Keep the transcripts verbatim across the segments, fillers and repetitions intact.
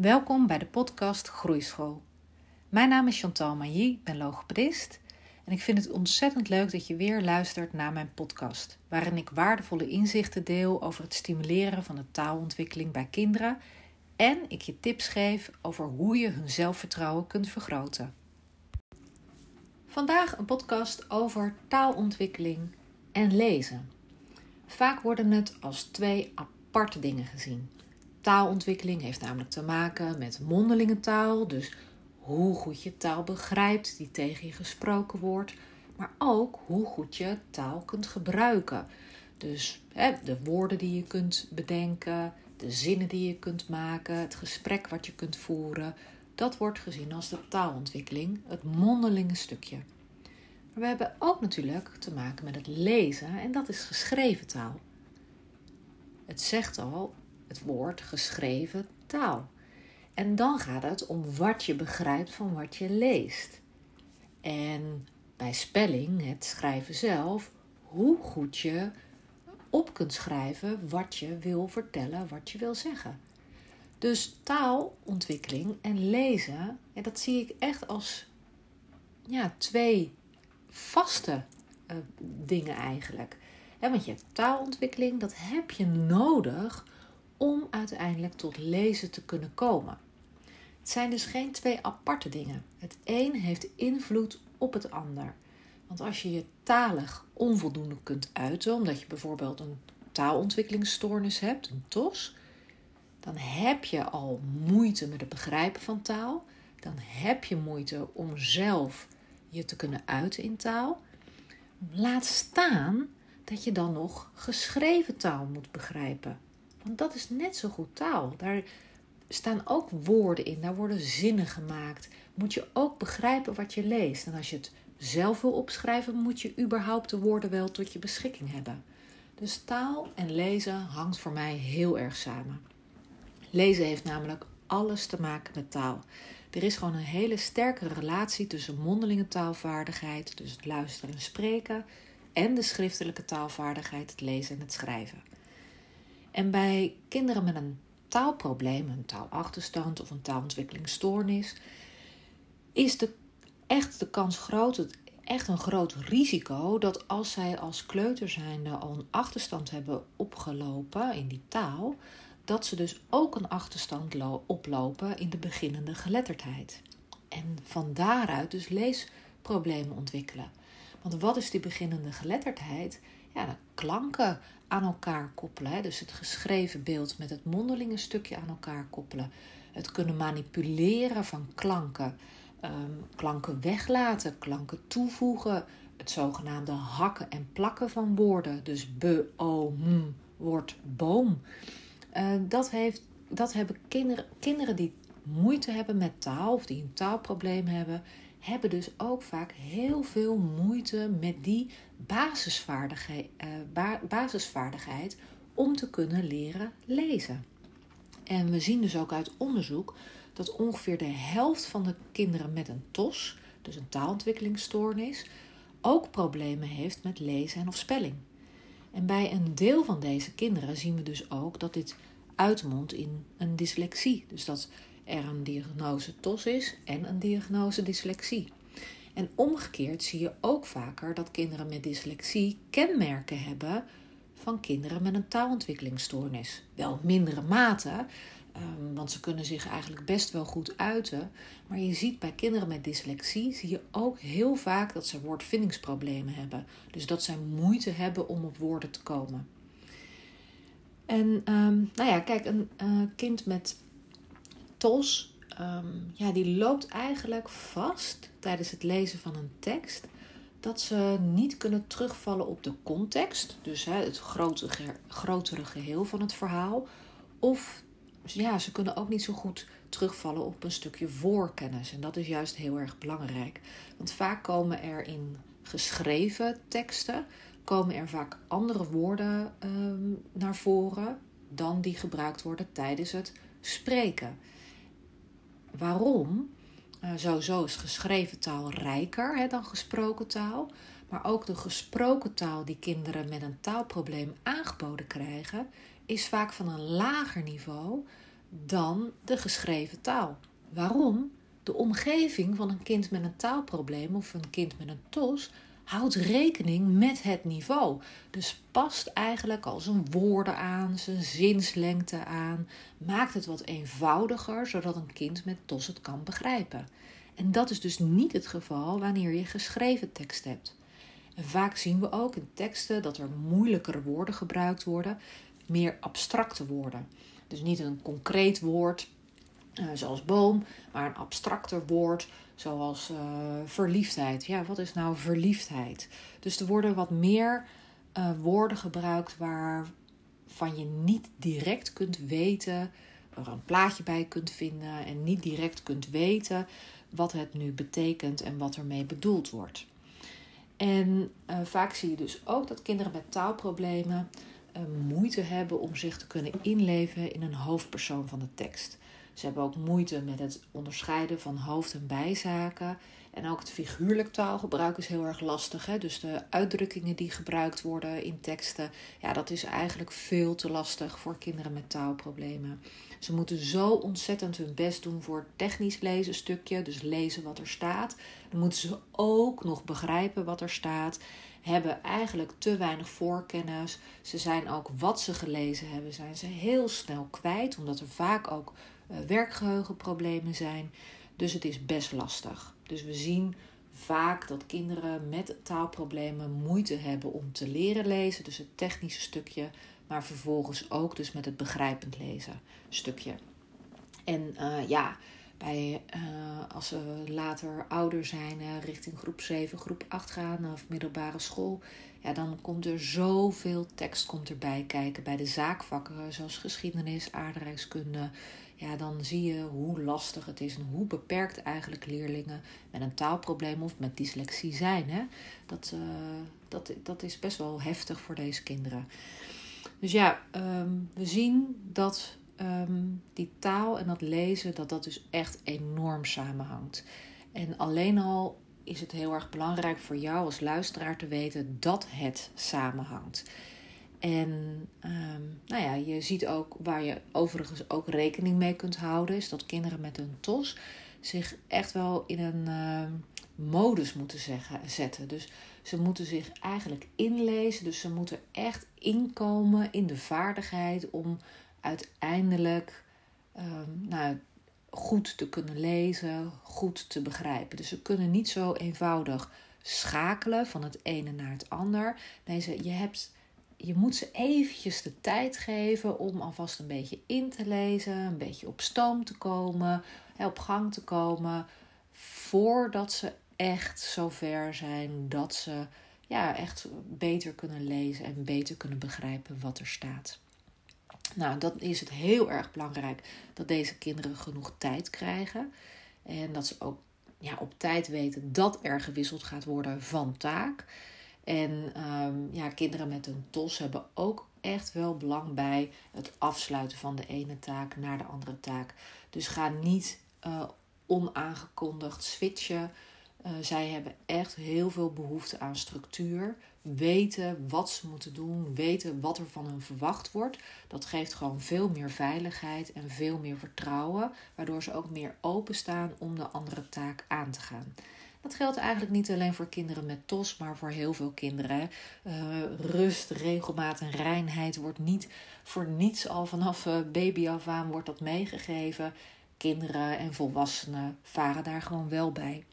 Welkom bij de podcast Groeischool. Mijn naam is Chantal Mailly, ik ben logopedist en ik vind het ontzettend leuk dat je weer luistert naar mijn podcast, waarin ik waardevolle inzichten deel over het stimuleren van de taalontwikkeling bij kinderen en ik je tips geef over hoe je hun zelfvertrouwen kunt vergroten. Vandaag een podcast over taalontwikkeling en lezen. Vaak worden het als twee aparte dingen gezien. Taalontwikkeling heeft namelijk te maken met mondelinge taal, dus hoe goed je taal begrijpt die tegen je gesproken wordt, maar ook hoe goed je taal kunt gebruiken. Dus hè, de woorden die je kunt bedenken, de zinnen die je kunt maken, het gesprek wat je kunt voeren, dat wordt gezien als de taalontwikkeling, het mondelinge stukje. Maar we hebben ook natuurlijk te maken met het lezen en dat is geschreven taal. Het zegt al, het woord geschreven taal. En dan gaat het om wat je begrijpt van wat je leest. En bij spelling, het schrijven zelf, hoe goed je op kunt schrijven wat je wil vertellen, wat je wil zeggen. Dus taalontwikkeling en lezen, ja, dat zie ik echt als ja, twee vaste uh, dingen eigenlijk. Ja, want je hebt taalontwikkeling, dat heb je nodig om uiteindelijk tot lezen te kunnen komen. Het zijn dus geen twee aparte dingen. Het een heeft invloed op het ander. Want als je je talig onvoldoende kunt uiten, omdat je bijvoorbeeld een taalontwikkelingsstoornis hebt, een T O S, dan heb je al moeite met het begrijpen van taal. Dan heb je moeite om zelf je te kunnen uiten in taal. Laat staan dat je dan nog geschreven taal moet begrijpen. Want dat is net zo goed taal. Daar staan ook woorden in, daar worden zinnen gemaakt. Moet je ook begrijpen wat je leest. En als je het zelf wil opschrijven, moet je überhaupt de woorden wel tot je beschikking hebben. Dus taal en lezen hangt voor mij heel erg samen. Lezen heeft namelijk alles te maken met taal. Er is gewoon een hele sterke relatie tussen mondelinge taalvaardigheid, dus het luisteren en spreken, en de schriftelijke taalvaardigheid, het lezen en het schrijven. En bij kinderen met een taalprobleem, een taalachterstand of een taalontwikkelingsstoornis, is de, echt de kans groot, het, echt een groot risico dat als zij als kleuter zijnde al een achterstand hebben opgelopen in die taal, dat ze dus ook een achterstand lo- oplopen in de beginnende geletterdheid. En van daaruit dus leesproblemen ontwikkelen. Want wat is die beginnende geletterdheid? Ja, de klanken aan elkaar koppelen. Hè? Dus het geschreven beeld met het mondelinge stukje aan elkaar koppelen. Het kunnen manipuleren van klanken. Um, klanken weglaten, klanken toevoegen. Het zogenaamde hakken en plakken van woorden. Dus be, o, m, wordt boom. Uh, dat, heeft, dat hebben kinderen, kinderen die moeite hebben met taal of die een taalprobleem hebben, hebben dus ook vaak heel veel moeite met die basisvaardigheid, uh, ba- basisvaardigheid om te kunnen leren lezen. En we zien dus ook uit onderzoek dat ongeveer de helft van de kinderen met een T O S, dus een taalontwikkelingsstoornis, ook problemen heeft met lezen en of spelling. En bij een deel van deze kinderen zien we dus ook dat dit uitmondt in een dyslexie. Dus dat er een diagnose T O S is en een diagnose dyslexie. En omgekeerd zie je ook vaker dat kinderen met dyslexie kenmerken hebben van kinderen met een taalontwikkelingsstoornis. Wel mindere mate, um, want ze kunnen zich eigenlijk best wel goed uiten. Maar je ziet bij kinderen met dyslexie zie je ook heel vaak dat ze woordvindingsproblemen hebben. Dus dat zij moeite hebben om op woorden te komen. En um, nou ja, kijk, een uh, kind met T O S, um, ja, die loopt eigenlijk vast tijdens het lezen van een tekst dat ze niet kunnen terugvallen op de context, dus hè, het grotere, grotere geheel van het verhaal. Of ja, ze kunnen ook niet zo goed terugvallen op een stukje voorkennis. En dat is juist heel erg belangrijk. Want vaak komen er in geschreven teksten, komen er vaak andere woorden um, naar voren dan die gebruikt worden tijdens het spreken. Waarom? Uh, sowieso is geschreven taal rijker hè, dan gesproken taal. Maar ook de gesproken taal die kinderen met een taalprobleem aangeboden krijgen, is vaak van een lager niveau dan de geschreven taal. Waarom? De omgeving van een kind met een taalprobleem of een kind met een T O S houdt rekening met het niveau. Dus past eigenlijk al zijn woorden aan, zijn zinslengte aan. Maakt het wat eenvoudiger, zodat een kind met T O S het kan begrijpen. En dat is dus niet het geval wanneer je geschreven tekst hebt. En vaak zien we ook in teksten dat er moeilijkere woorden gebruikt worden, meer abstracte woorden. Dus niet een concreet woord, uh, zoals boom, maar een abstracter woord, zoals uh, verliefdheid. Ja, wat is nou verliefdheid? Dus er worden wat meer uh, woorden gebruikt waarvan je niet direct kunt weten, er een plaatje bij kunt vinden en niet direct kunt weten wat het nu betekent en wat ermee bedoeld wordt. En uh, vaak zie je dus ook dat kinderen met taalproblemen uh, moeite hebben om zich te kunnen inleven in een hoofdpersoon van de tekst. Ze hebben ook moeite met het onderscheiden van hoofd- en bijzaken. En ook het figuurlijk taalgebruik is heel erg lastig. Hè? Dus de uitdrukkingen die gebruikt worden in teksten, ja, dat is eigenlijk veel te lastig voor kinderen met taalproblemen. Ze moeten zo ontzettend hun best doen voor het technisch lezen stukje, dus lezen wat er staat. Dan moeten ze ook nog begrijpen wat er staat. Hebben eigenlijk te weinig voorkennis. Ze zijn ook wat ze gelezen hebben, zijn ze heel snel kwijt, omdat er vaak ook uh, werkgeheugenproblemen zijn. Dus het is best lastig. Dus we zien vaak dat kinderen met taalproblemen moeite hebben om te leren lezen, dus het technische stukje, maar vervolgens ook dus met het begrijpend lezen stukje. En uh, ja, bij, uh, als ze later ouder zijn, uh, richting groep zeven, groep acht gaan of middelbare school, ja, dan komt er zoveel tekst komt erbij kijken. Bij de zaakvakken zoals geschiedenis, aardrijkskunde, ja, dan zie je hoe lastig het is en hoe beperkt eigenlijk leerlingen met een taalprobleem of met dyslexie zijn. Hè? Dat, uh, dat, dat is best wel heftig voor deze kinderen. Dus ja, um, we zien dat um, die taal en dat lezen, dat dat dus echt enorm samenhangt. En alleen al is het heel erg belangrijk voor jou als luisteraar te weten dat het samenhangt. En um, nou ja, je ziet ook, waar je overigens ook rekening mee kunt houden, is dat kinderen met een T O S zich echt wel in een uh, modus moeten zeggen, zetten. Dus ze moeten zich eigenlijk inlezen. Dus ze moeten echt inkomen in de vaardigheid om uiteindelijk um, nou, goed te kunnen lezen, goed te begrijpen. Dus ze kunnen niet zo eenvoudig schakelen van het ene naar het ander. Nee, ze, je, hebt, je moet ze eventjes de tijd geven om alvast een beetje in te lezen, een beetje op stoom te komen, op gang te komen, voordat ze echt zover zijn dat ze ja, echt beter kunnen lezen en beter kunnen begrijpen wat er staat. Nou, dan is het heel erg belangrijk dat deze kinderen genoeg tijd krijgen. En dat ze ook ja, op tijd weten dat er gewisseld gaat worden van taak. En um, ja, kinderen met een T O S hebben ook echt wel belang bij het afsluiten van de ene taak naar de andere taak. Dus ga niet uh, onaangekondigd switchen. Uh, zij hebben echt heel veel behoefte aan structuur. Weten wat ze moeten doen. Weten wat er van hen verwacht wordt. Dat geeft gewoon veel meer veiligheid en veel meer vertrouwen. Waardoor ze ook meer openstaan om de andere taak aan te gaan. Dat geldt eigenlijk niet alleen voor kinderen met T O S, maar voor heel veel kinderen. Uh, rust, regelmaat en reinheid wordt niet voor niets al vanaf uh, baby af aan wordt dat meegegeven. Kinderen en volwassenen varen daar gewoon wel bij.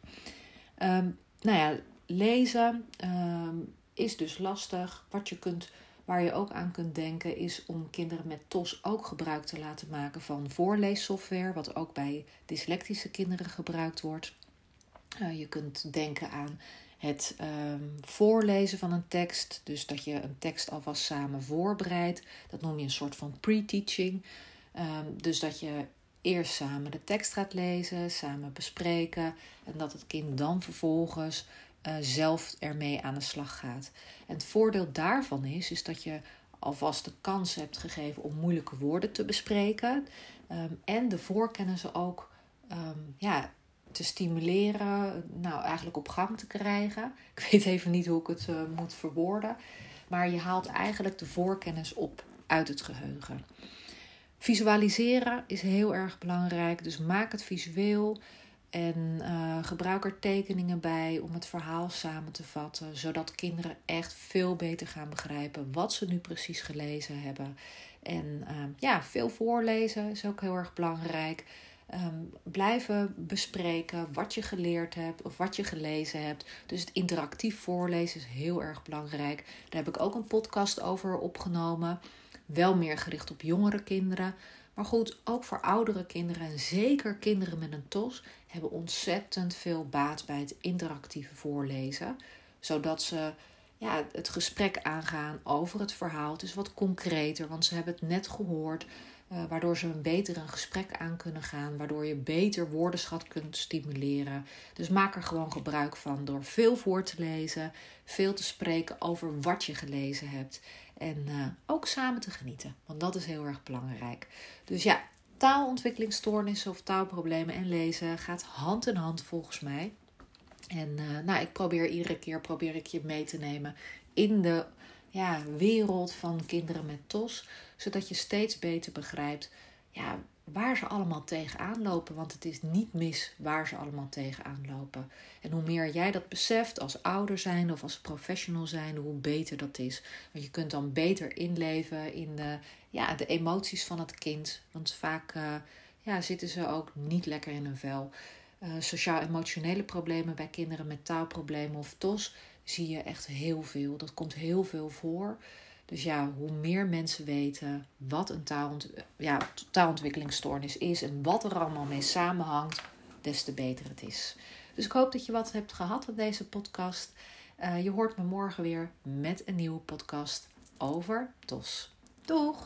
Um, nou ja, lezen um, is dus lastig. Wat je kunt, waar je ook aan kunt denken is om kinderen met T O S ook gebruik te laten maken van voorleessoftware, wat ook bij dyslectische kinderen gebruikt wordt. Uh, je kunt denken aan het um, voorlezen van een tekst. Dus dat je een tekst alvast samen voorbereidt. Dat noem je een soort van pre-teaching. Um, dus dat je eerst samen de tekst gaat lezen, samen bespreken. En dat het kind dan vervolgens uh, zelf ermee aan de slag gaat. En het voordeel daarvan is, is dat je alvast de kans hebt gegeven om moeilijke woorden te bespreken. Um, en de voorkennissen ook um, ja, te stimuleren, nou eigenlijk op gang te krijgen. Ik weet even niet hoe ik het uh, moet verwoorden. Maar je haalt eigenlijk de voorkennis op uit het geheugen. Visualiseren is heel erg belangrijk, dus maak het visueel en uh, gebruik er tekeningen bij om het verhaal samen te vatten, zodat kinderen echt veel beter gaan begrijpen wat ze nu precies gelezen hebben. En uh, ja, veel voorlezen is ook heel erg belangrijk. Um, blijven bespreken wat je geleerd hebt of wat je gelezen hebt. Dus het interactief voorlezen is heel erg belangrijk. Daar heb ik ook een podcast over opgenomen. Wel meer gericht op jongere kinderen. Maar goed, ook voor oudere kinderen en zeker kinderen met een T O S hebben ontzettend veel baat bij het interactieve voorlezen. Zodat ze ja, het gesprek aangaan over het verhaal. Het is wat concreter, want ze hebben het net gehoord. Uh, waardoor ze een beter een gesprek aan kunnen gaan. Waardoor je beter woordenschat kunt stimuleren. Dus maak er gewoon gebruik van door veel voor te lezen. Veel te spreken over wat je gelezen hebt. En uh, ook samen te genieten. Want dat is heel erg belangrijk. Dus ja, taalontwikkelingsstoornissen of taalproblemen en lezen gaat hand in hand volgens mij. En uh, nou, ik probeer iedere keer probeer ik je mee te nemen in de ja, wereld van kinderen met T O S. Zodat je steeds beter begrijpt ja, waar ze allemaal tegenaan lopen. Want het is niet mis waar ze allemaal tegenaan lopen. En hoe meer jij dat beseft als ouder zijn of als professional zijn, hoe beter dat is. Want je kunt dan beter inleven in de, ja, de emoties van het kind. Want vaak uh, ja, zitten ze ook niet lekker in hun vel. Uh, Sociaal-emotionele problemen bij kinderen met taalproblemen of T O S zie je echt heel veel. Dat komt heel veel voor. Dus ja, hoe meer mensen weten wat een taalont- ja, taalontwikkelingsstoornis is en wat er allemaal mee samenhangt, des te beter het is. Dus ik hoop dat je wat hebt gehad aan deze podcast. Uh, je hoort me morgen weer met een nieuwe podcast over T O S. Doeg!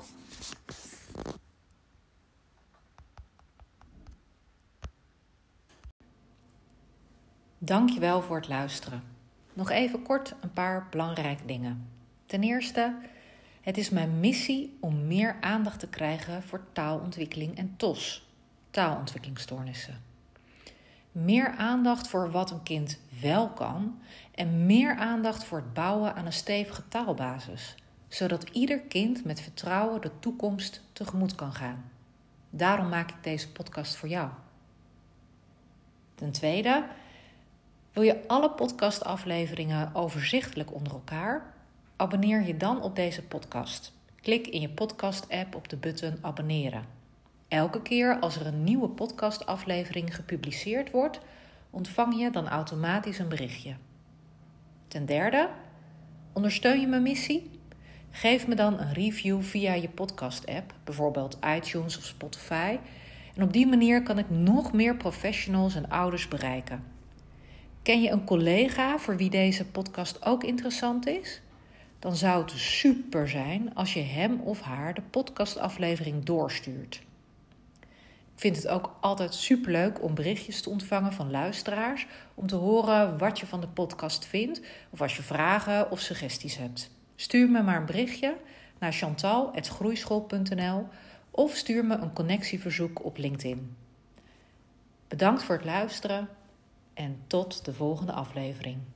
Dankjewel voor het luisteren. Nog even kort een paar belangrijke dingen. Ten eerste, het is mijn missie om meer aandacht te krijgen voor taalontwikkeling en T O S, taalontwikkelingsstoornissen. Meer aandacht voor wat een kind wel kan en meer aandacht voor het bouwen aan een stevige taalbasis, zodat ieder kind met vertrouwen de toekomst tegemoet kan gaan. Daarom maak ik deze podcast voor jou. Ten tweede, wil je alle podcastafleveringen overzichtelijk onder elkaar? Abonneer je dan op deze podcast. Klik in je podcast-app op de button abonneren. Elke keer als er een nieuwe podcastaflevering gepubliceerd wordt, ontvang je dan automatisch een berichtje. Ten derde, ondersteun je mijn missie? Geef me dan een review via je podcast-app, bijvoorbeeld iTunes of Spotify. En op die manier kan ik nog meer professionals en ouders bereiken. Ken je een collega voor wie deze podcast ook interessant is? Dan zou het super zijn als je hem of haar de podcastaflevering doorstuurt. Ik vind het ook altijd superleuk om berichtjes te ontvangen van luisteraars, om te horen wat je van de podcast vindt of als je vragen of suggesties hebt. Stuur me maar een berichtje naar chantal apenstaartje groeischool punt n l of stuur me een connectieverzoek op LinkedIn. Bedankt voor het luisteren en tot de volgende aflevering.